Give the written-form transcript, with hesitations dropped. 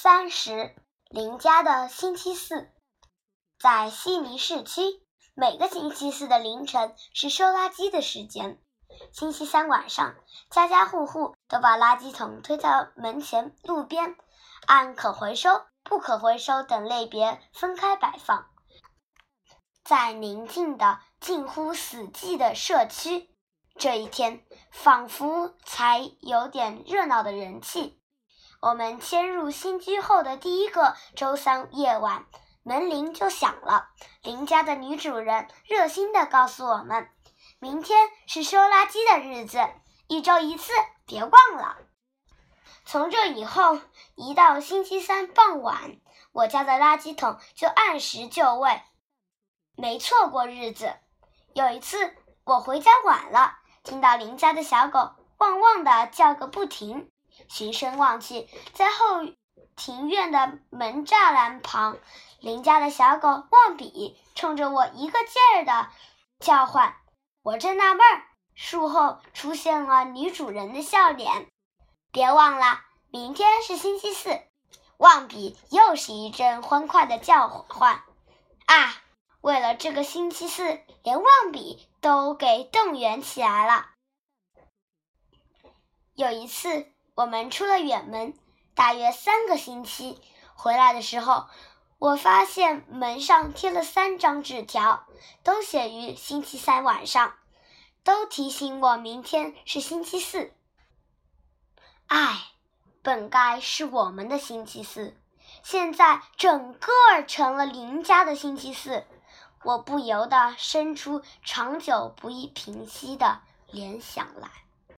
30邻家的星期四。在悉尼市区，每个星期四的凌晨是收垃圾的时间。星期三晚上，家家户户都把垃圾桶推到门前路边，按可回收、不可回收等类别分开摆放。在宁静的近乎死寂的社区，这一天仿佛才有点热闹的人气。我们迁入新居后的第一个周三夜晚，门铃就响了。邻家的女主人热心地告诉我们，明天是收垃圾的日子，1周1次，别忘了。从这以后，一到星期三傍晚，我家的垃圾桶就按时就位，没错过日子。有一次我回家晚了，听到邻家的小狗汪汪地叫个不停，循声望去，在后庭院的门栅栏旁，邻家的小狗旺比冲着我一个劲儿地叫唤。我正纳闷儿，树后出现了女主人的笑脸。别忘了，明天是星期四。旺比又是一阵欢快的叫唤。啊，为了这个星期四，连旺比都给动员起来了。有一次我们出了远门，大约3个星期，回来的时候，我发现门上贴了3张纸条，都写于星期三晚上，都提醒我明天是星期四。唉，本该是我们的星期四，现在整个成了邻家的星期四，我不由得生出长久不易平息的联想来。